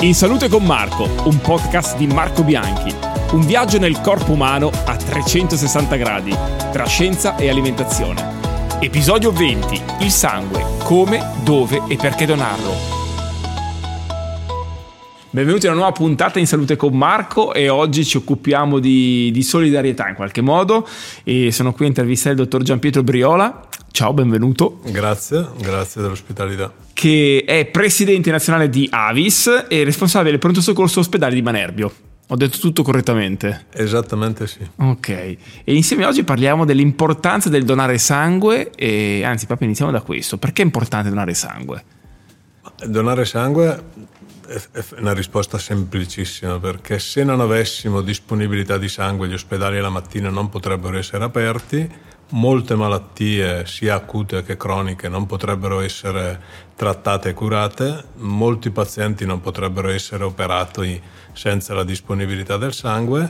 In Salute con Marco, un podcast di Marco Bianchi. Un viaggio nel corpo umano a 360 gradi, tra scienza e alimentazione. Episodio 20. Il sangue. Come, dove e perché donarlo. Benvenuti a una nuova puntata in Salute con Marco e oggi ci occupiamo di solidarietà in qualche modo e sono qui a intervistare il dottor Gianpietro Briola. Ciao, benvenuto. Grazie dell'ospitalità. Che è presidente nazionale di Avis e responsabile del pronto soccorso ospedale di Manerbio. Ho detto tutto correttamente? Esattamente sì. Ok, e insieme oggi parliamo dell'importanza del donare sangue e anzi proprio iniziamo da questo. Perché è importante donare sangue? Donare sangue è una risposta semplicissima, perché se non avessimo disponibilità di sangue gli ospedali la mattina non potrebbero essere aperti, molte malattie sia acute che croniche non potrebbero essere trattate e curate, molti pazienti non potrebbero essere operati senza la disponibilità del sangue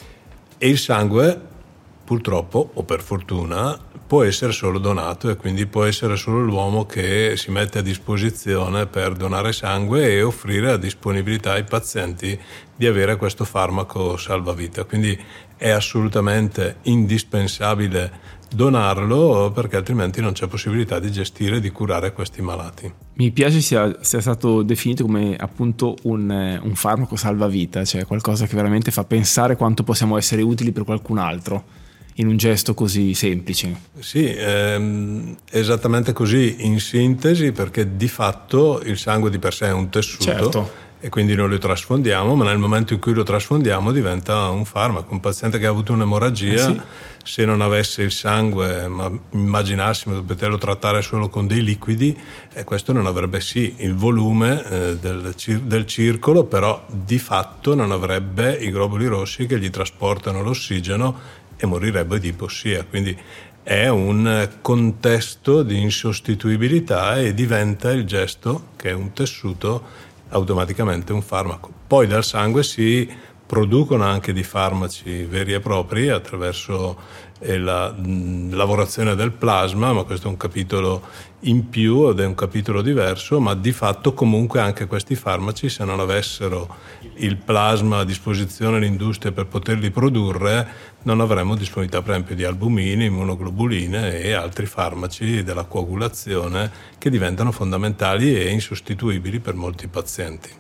e il sangue purtroppo o per fortuna può essere solo donato e quindi può essere solo l'uomo che si mette a disposizione per donare sangue e offrire la disponibilità ai pazienti di avere questo farmaco salvavita. Quindi è assolutamente indispensabile donarlo perché altrimenti non c'è possibilità di gestire e di curare questi malati. Mi piace sia stato definito come appunto un farmaco salvavita, cioè qualcosa che veramente fa pensare quanto possiamo essere utili per qualcun altro in un gesto così semplice. Sì, esattamente così in sintesi, perché di fatto il sangue di per sé è un tessuto. Certo. E quindi noi lo trasfondiamo, ma nel momento in cui lo trasfondiamo diventa un farmaco. Un paziente che ha avuto un'emorragia, sì, se non avesse il sangue, ma immaginassimo di poterlo trattare solo con dei liquidi, questo non avrebbe sì il volume del circolo, però di fatto non avrebbe i globuli rossi che gli trasportano l'ossigeno e morirebbe di ipossia. Quindi è un contesto di insostituibilità e diventa il gesto, che è un tessuto, automaticamente un farmaco. Poi dal sangue si producono anche dei farmaci veri e propri attraverso la lavorazione del plasma, ma questo è un capitolo in più ed è un capitolo diverso, ma di fatto comunque anche questi farmaci, se non avessero il plasma a disposizione l'industria per poterli produrre, non avremmo disponibilità per esempio di albumine, immunoglobuline e altri farmaci della coagulazione che diventano fondamentali e insostituibili per molti pazienti.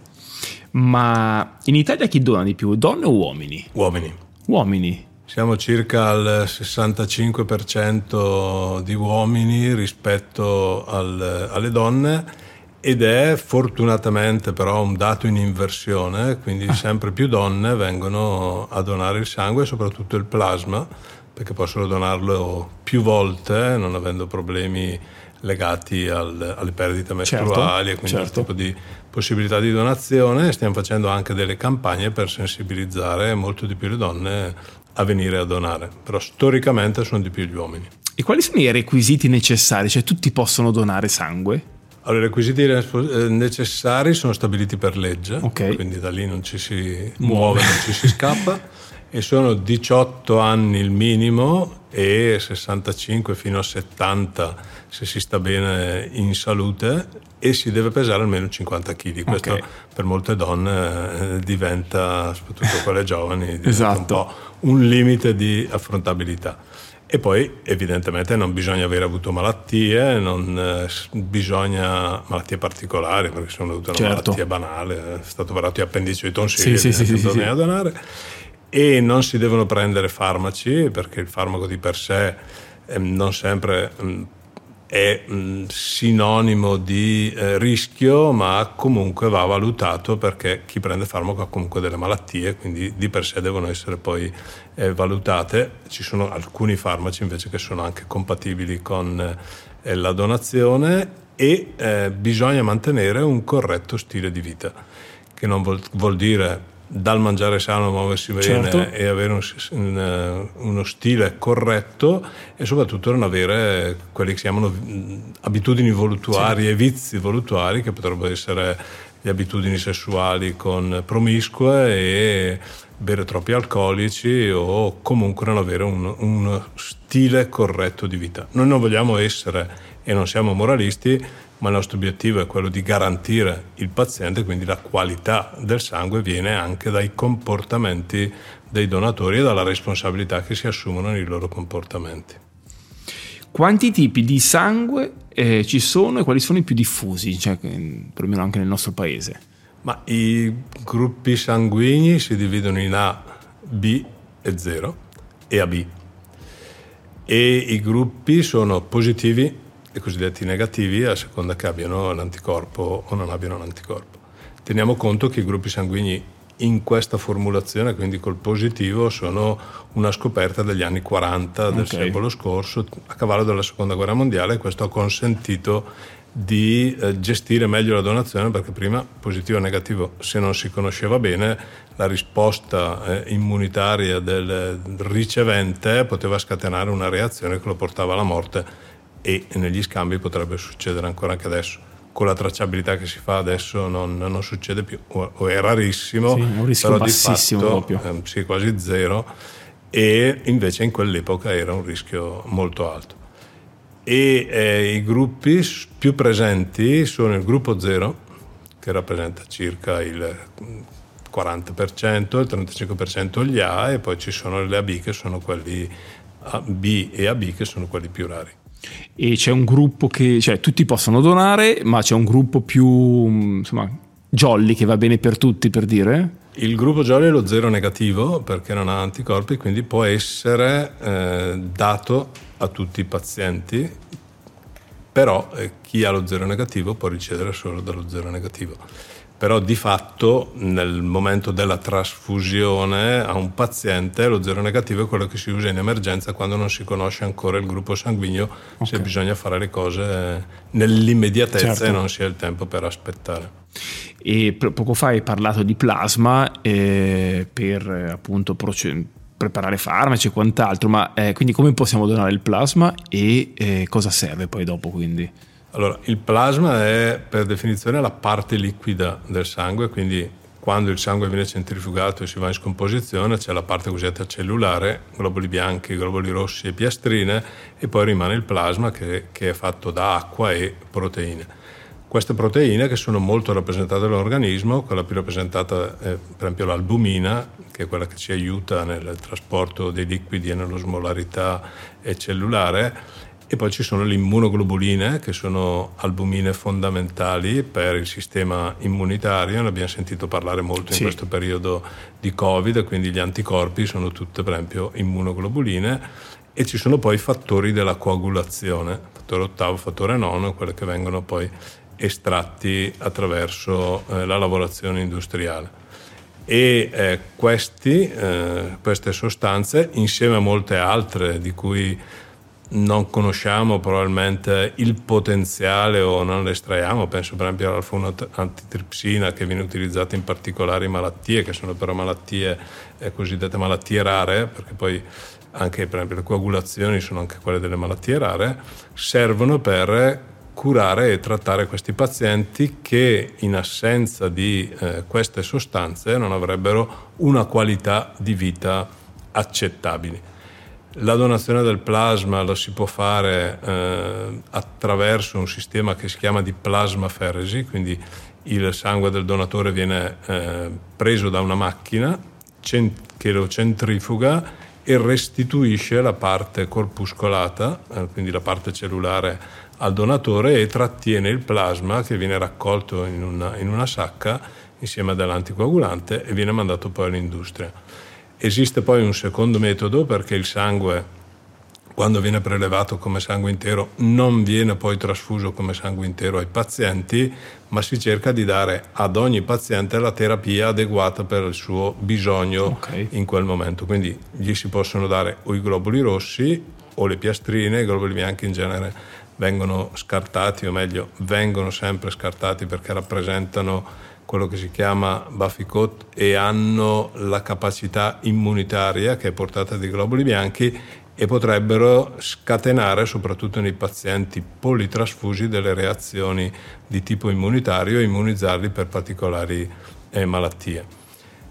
Ma in Italia chi dona di più, donne o uomini? Uomini. Siamo circa al 65% di uomini rispetto alle donne ed è fortunatamente però un dato in inversione, quindi sempre più donne vengono a donare il sangue e soprattutto il plasma, perché possono donarlo più volte non avendo problemi legati alle perdite mestruali, e quindi questo tipo di possibilità di donazione. Stiamo facendo anche delle campagne per sensibilizzare molto di più le donne a venire a donare, però storicamente sono di più gli uomini. E quali sono i requisiti necessari? Cioè tutti possono donare sangue? Allora, i requisiti necessari sono stabiliti per legge, okay, quindi da lì non ci si muove, non ci si scappa, e sono 18 anni il minimo e 65 fino a 70 se si sta bene in salute, e si deve pesare almeno 50 kg. Questo per molte donne diventa, soprattutto quelle giovani, diventa un po' un limite di affrontabilità. E poi evidentemente non bisogna aver avuto malattie, non bisogna malattie particolari, perché sono avute una malattia banale, è stato operato di appendicite di tonsille, sì. A donare. E non si devono prendere farmaci, perché il farmaco di per sé non sempre è sinonimo di rischio, ma comunque va valutato, perché chi prende farmaco ha comunque delle malattie, quindi di per sé devono essere poi valutate. Ci sono alcuni farmaci invece che sono anche compatibili con la donazione e bisogna mantenere un corretto stile di vita, che non vuol dire dal mangiare sano, muoversi bene e avere uno stile corretto, e soprattutto non avere quelli che si chiamano abitudini voluttuarie e vizi voluttuari, che potrebbero essere le abitudini sessuali promiscue e bere troppi alcolici, o comunque non avere uno stile corretto di vita. Noi non vogliamo essere, e non siamo moralisti, ma il nostro obiettivo è quello di garantire il paziente, quindi la qualità del sangue viene anche dai comportamenti dei donatori e dalla responsabilità che si assumono nei loro comportamenti. Quanti tipi di sangue ci sono e quali sono i più diffusi, cioè, perlomeno anche nel nostro paese? Ma i gruppi sanguigni si dividono in A, B e 0 e AB. E i gruppi sono positivi e cosiddetti negativi a seconda che abbiano l'anticorpo o non abbiano l'anticorpo. Teniamo conto che i gruppi sanguigni in questa formulazione, quindi col positivo, sono una scoperta degli anni 40 del secolo scorso, a cavallo della seconda guerra mondiale, e questo ha consentito di gestire meglio la donazione, perché prima positivo e negativo, se non si conosceva bene, la risposta immunitaria del ricevente poteva scatenare una reazione che lo portava alla morte, e negli scambi potrebbe succedere ancora anche adesso. Con la tracciabilità che si fa adesso non succede più, o è rarissimo, sì, un rischio però bassissimo di fatto, proprio. sì, quasi zero, e invece in quell'epoca era un rischio molto alto. E i gruppi più presenti sono il gruppo 0, che rappresenta circa il 40%, il 35% gli A, e poi ci sono le AB, che sono quelli B e AB, che sono quelli più rari. E c'è un gruppo che, cioè, tutti possono donare, ma c'è un gruppo più, insomma, jolly, che va bene per tutti, per dire? Il gruppo jolly è lo 0 negativo, perché non ha anticorpi, quindi può essere dato a tutti i pazienti, però chi ha lo 0 negativo può ricevere solo dallo 0 negativo. Però di fatto nel momento della trasfusione a un paziente lo 0 negativo è quello che si usa in emergenza quando non si conosce ancora il gruppo sanguigno, se bisogna fare le cose nell'immediatezza, certo, e non si ha il tempo per aspettare. E poco fa hai parlato di plasma per appunto preparare farmaci e quant'altro, ma quindi come possiamo donare il plasma e cosa serve poi dopo, quindi? Allora, il plasma è per definizione la parte liquida del sangue, quindi quando il sangue viene centrifugato e si va in scomposizione c'è la parte cosiddetta cellulare, globuli bianchi, globuli rossi e piastrine, e poi rimane il plasma che è fatto da acqua e proteine. Queste proteine, che sono molto rappresentate nell'organismo, quella più rappresentata è per esempio l'albumina, che è quella che ci aiuta nel trasporto dei liquidi e nell'osmolarità cellulare, e poi ci sono le immunoglobuline, che sono albumine fondamentali per il sistema immunitario. Ne abbiamo sentito parlare molto in questo periodo di Covid, quindi gli anticorpi sono tutte per esempio immunoglobuline, e ci sono poi fattori della coagulazione, fattore 8, fattore 9, quelle che vengono poi estratti attraverso la lavorazione industriale. E queste sostanze, insieme a molte altre di cui non conosciamo probabilmente il potenziale o non le estraiamo, penso per esempio all'alfa-1-antitripsina, che viene utilizzata in particolari malattie, che sono però malattie cosiddette malattie rare, perché poi anche per esempio le coagulazioni sono anche quelle delle malattie rare, servono per curare e trattare questi pazienti che in assenza di queste sostanze non avrebbero una qualità di vita accettabile. La donazione del plasma lo si può fare attraverso un sistema che si chiama di plasmaferesi, quindi il sangue del donatore viene preso da una macchina che lo centrifuga e restituisce la parte corpuscolata, quindi la parte cellulare, al donatore, e trattiene il plasma, che viene raccolto in una sacca insieme a dell'anticoagulante e viene mandato poi all'industria. Esiste poi un secondo metodo, perché il sangue, quando viene prelevato come sangue intero, non viene poi trasfuso come sangue intero ai pazienti, ma si cerca di dare ad ogni paziente la terapia adeguata per il suo bisogno in quel momento. Quindi gli si possono dare o i globuli rossi o le piastrine. I globuli bianchi in genere vengono scartati, o meglio vengono sempre scartati, perché rappresentano quello che si chiama Baficot e hanno la capacità immunitaria che è portata dai globuli bianchi, e potrebbero scatenare, soprattutto nei pazienti politrasfusi, delle reazioni di tipo immunitario e immunizzarli per particolari malattie.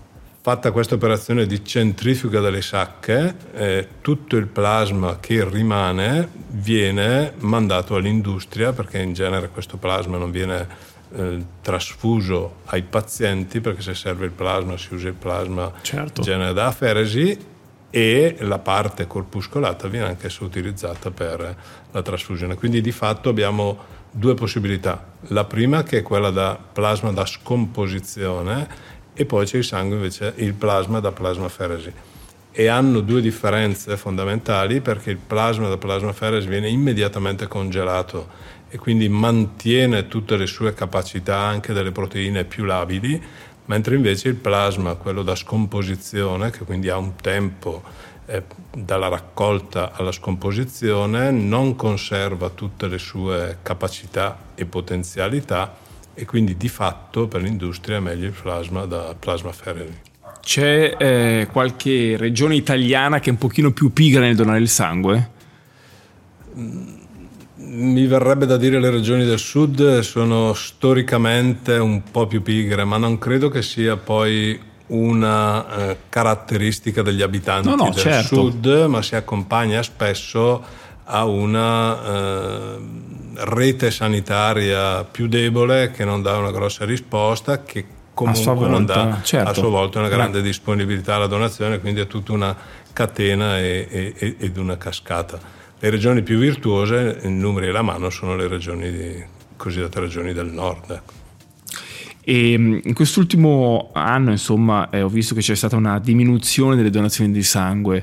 fatta questa operazione di centrifuga delle sacche, tutto il plasma che rimane viene mandato all'industria, perché in genere questo plasma non viene trasfuso ai pazienti, perché se serve il plasma si usa il plasma in genere da aferesi, e la parte corpuscolata viene anch'essa utilizzata per la trasfusione. Quindi di fatto abbiamo due possibilità: la prima, che è quella da plasma da scomposizione, e poi c'è il sangue invece, il plasma da plasmaferesi, e hanno due differenze fondamentali, perché il plasma da plasmaferesi viene immediatamente congelato e quindi mantiene tutte le sue capacità, anche delle proteine più labili, mentre invece il plasma, quello da scomposizione, che quindi ha un tempo dalla raccolta alla scomposizione, non conserva tutte le sue capacità e potenzialità, e quindi di fatto per l'industria è meglio il plasma da plasmaferesi. C'è qualche regione italiana che è un pochino più pigra nel donare il sangue? Mi verrebbe da dire le regioni del sud sono storicamente un po' più pigre, ma non credo che sia poi una caratteristica degli abitanti del sud, ma si accompagna spesso a una rete sanitaria più debole, che non dà una grossa risposta, che comunque non dà a sua volta una grande disponibilità alla donazione, quindi è tutta una catena ed una cascata. Le regioni più virtuose, in numeri alla mano, sono le regioni cosiddette regioni del nord. Ecco. E in quest'ultimo anno, insomma, ho visto che c'è stata una diminuzione delle donazioni di sangue,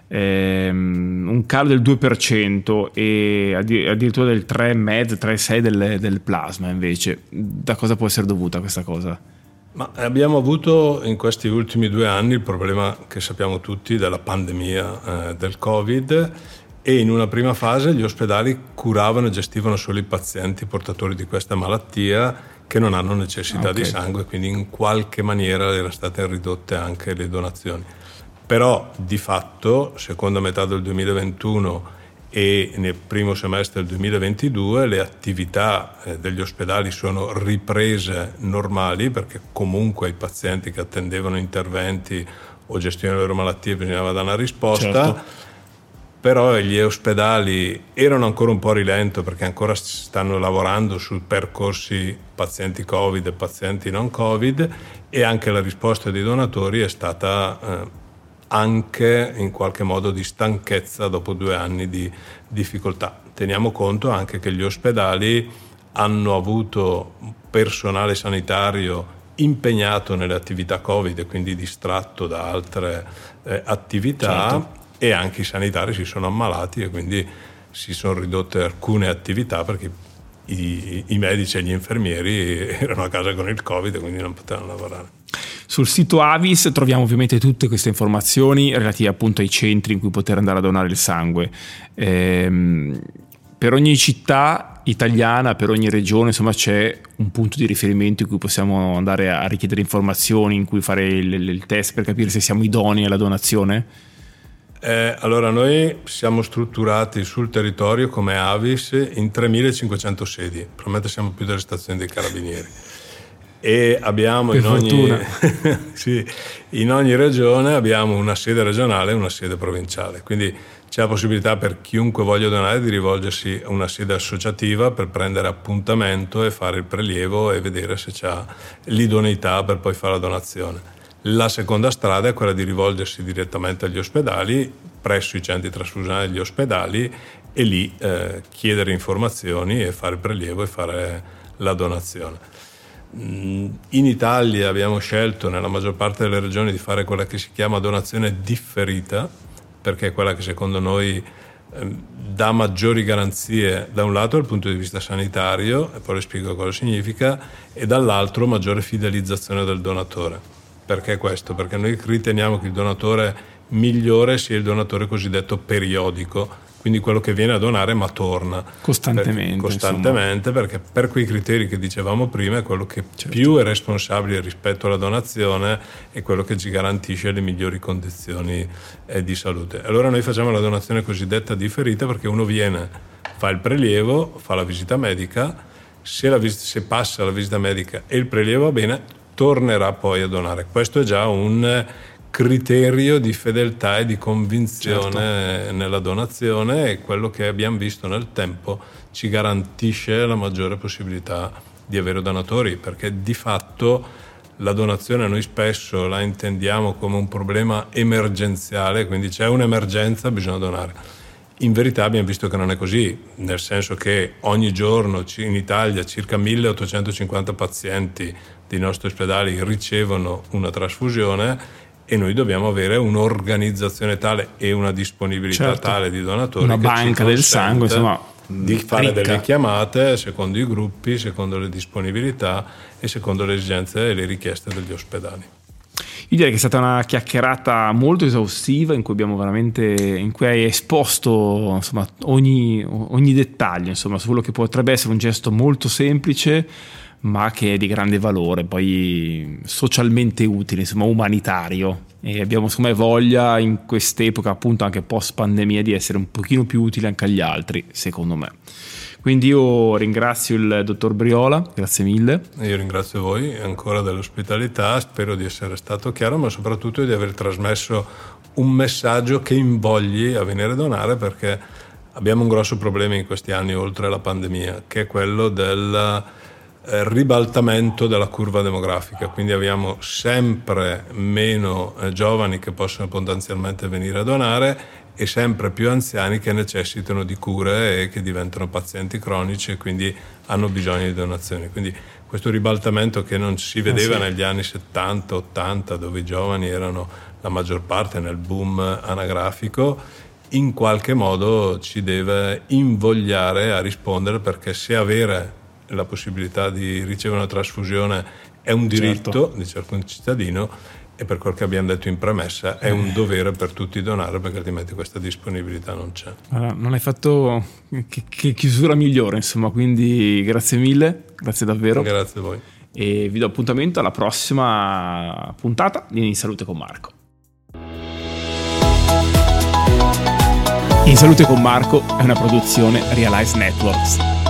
un calo del 2% e addirittura del 3,5-3,6 del plasma. Invece, da cosa può essere dovuta questa cosa? Ma abbiamo avuto in questi ultimi 2 anni il problema che sappiamo tutti della pandemia del Covid, e in una prima fase gli ospedali curavano e gestivano solo i pazienti portatori di questa malattia che non hanno necessità di sangue, quindi in qualche maniera erano state ridotte anche le donazioni. Però di fatto, seconda metà del 2021 e nel primo semestre del 2022, le attività degli ospedali sono riprese normali, perché comunque ai pazienti che attendevano interventi o gestione delle loro malattie bisognava dare una risposta. Certo. Però gli ospedali erano ancora un po' a rilento, perché ancora stanno lavorando su percorsi pazienti Covid e pazienti non Covid, e anche la risposta dei donatori è stata anche in qualche modo di stanchezza dopo 2 anni di difficoltà. Teniamo conto anche che gli ospedali hanno avuto personale sanitario impegnato nelle attività Covid e quindi distratto da altre attività. Certo. E anche i sanitari si sono ammalati e quindi si sono ridotte alcune attività, perché i medici e gli infermieri erano a casa con il Covid e quindi non potevano lavorare. Sul sito Avis troviamo ovviamente tutte queste informazioni relative appunto ai centri in cui poter andare a donare il sangue. Per ogni città italiana, per ogni regione, insomma, c'è un punto di riferimento in cui possiamo andare a richiedere informazioni, in cui fare il test per capire se siamo idonei alla donazione? Allora, noi siamo strutturati sul territorio come Avis in 3.500 sedi, probabilmente siamo più delle stazioni dei carabinieri, e abbiamo in ogni regione abbiamo una sede regionale e una sede provinciale, quindi c'è la possibilità per chiunque voglia donare di rivolgersi a una sede associativa per prendere appuntamento e fare il prelievo e vedere se c'ha l'idoneità per poi fare la donazione. La seconda strada è quella di rivolgersi direttamente agli ospedali, presso i centri trasfusionali degli ospedali, e lì chiedere informazioni e fare il prelievo e fare la donazione. In Italia abbiamo scelto nella maggior parte delle regioni di fare quella che si chiama donazione differita, perché è quella che secondo noi dà maggiori garanzie, da un lato dal punto di vista sanitario, e poi le spiego cosa significa, e dall'altro maggiore fidelizzazione del donatore. Perché questo? Perché noi riteniamo che il donatore migliore sia il donatore cosiddetto periodico, quindi quello che viene a donare ma torna costantemente, perché per quei criteri che dicevamo prima è quello che più è responsabile rispetto alla donazione e quello che ci garantisce le migliori condizioni di salute. Allora noi facciamo la donazione cosiddetta differita, perché uno viene, fa il prelievo, fa la visita medica, se passa la visita medica e il prelievo va bene, tornerà poi a donare. Questo è già un criterio di fedeltà e di convinzione nella donazione, e quello che abbiamo visto nel tempo ci garantisce la maggiore possibilità di avere donatori, perché di fatto la donazione noi spesso la intendiamo come un problema emergenziale, quindi c'è un'emergenza, bisogna donare. In verità abbiamo visto che non è così, nel senso che ogni giorno in Italia circa 1850 pazienti dei nostri ospedali ricevono una trasfusione, e noi dobbiamo avere un'organizzazione tale e una disponibilità tale di donatori, una banca del sangue, insomma, di fare ricca. delle chiamate secondo i gruppi, secondo le disponibilità e secondo le esigenze e le richieste degli ospedali. Io direi che è stata una chiacchierata molto esaustiva, in cui hai esposto, insomma, ogni dettaglio, insomma, su quello che potrebbe essere un gesto molto semplice, ma che è di grande valore, poi socialmente utile, insomma, umanitario. E abbiamo, secondo me, voglia in quest'epoca, appunto anche post pandemia, di essere un pochino più utili anche agli altri, secondo me. Quindi io ringrazio il dottor Briola, grazie mille. Io ringrazio voi ancora dell'ospitalità, spero di essere stato chiaro, ma soprattutto di aver trasmesso un messaggio che invogli a venire a donare, perché abbiamo un grosso problema in questi anni, oltre alla pandemia, che è quello del ribaltamento della curva demografica, quindi abbiamo sempre meno giovani che possono potenzialmente venire a donare e sempre più anziani che necessitano di cure e che diventano pazienti cronici e quindi hanno bisogno di donazioni. Quindi questo ribaltamento, che non si vedeva negli anni 70-80, dove i giovani erano la maggior parte nel boom anagrafico, in qualche modo ci deve invogliare a rispondere, perché se avere la possibilità di ricevere una trasfusione è un diritto di ciascun cittadino, e per quel che abbiamo detto in premessa è un dovere per tutti donare, perché altrimenti questa disponibilità non c'è. Non hai fatto che chiusura migliore, insomma, quindi grazie mille, grazie davvero. Grazie a voi. E vi do appuntamento alla prossima puntata di In Salute con Marco. In Salute con Marco è una produzione Realize Networks.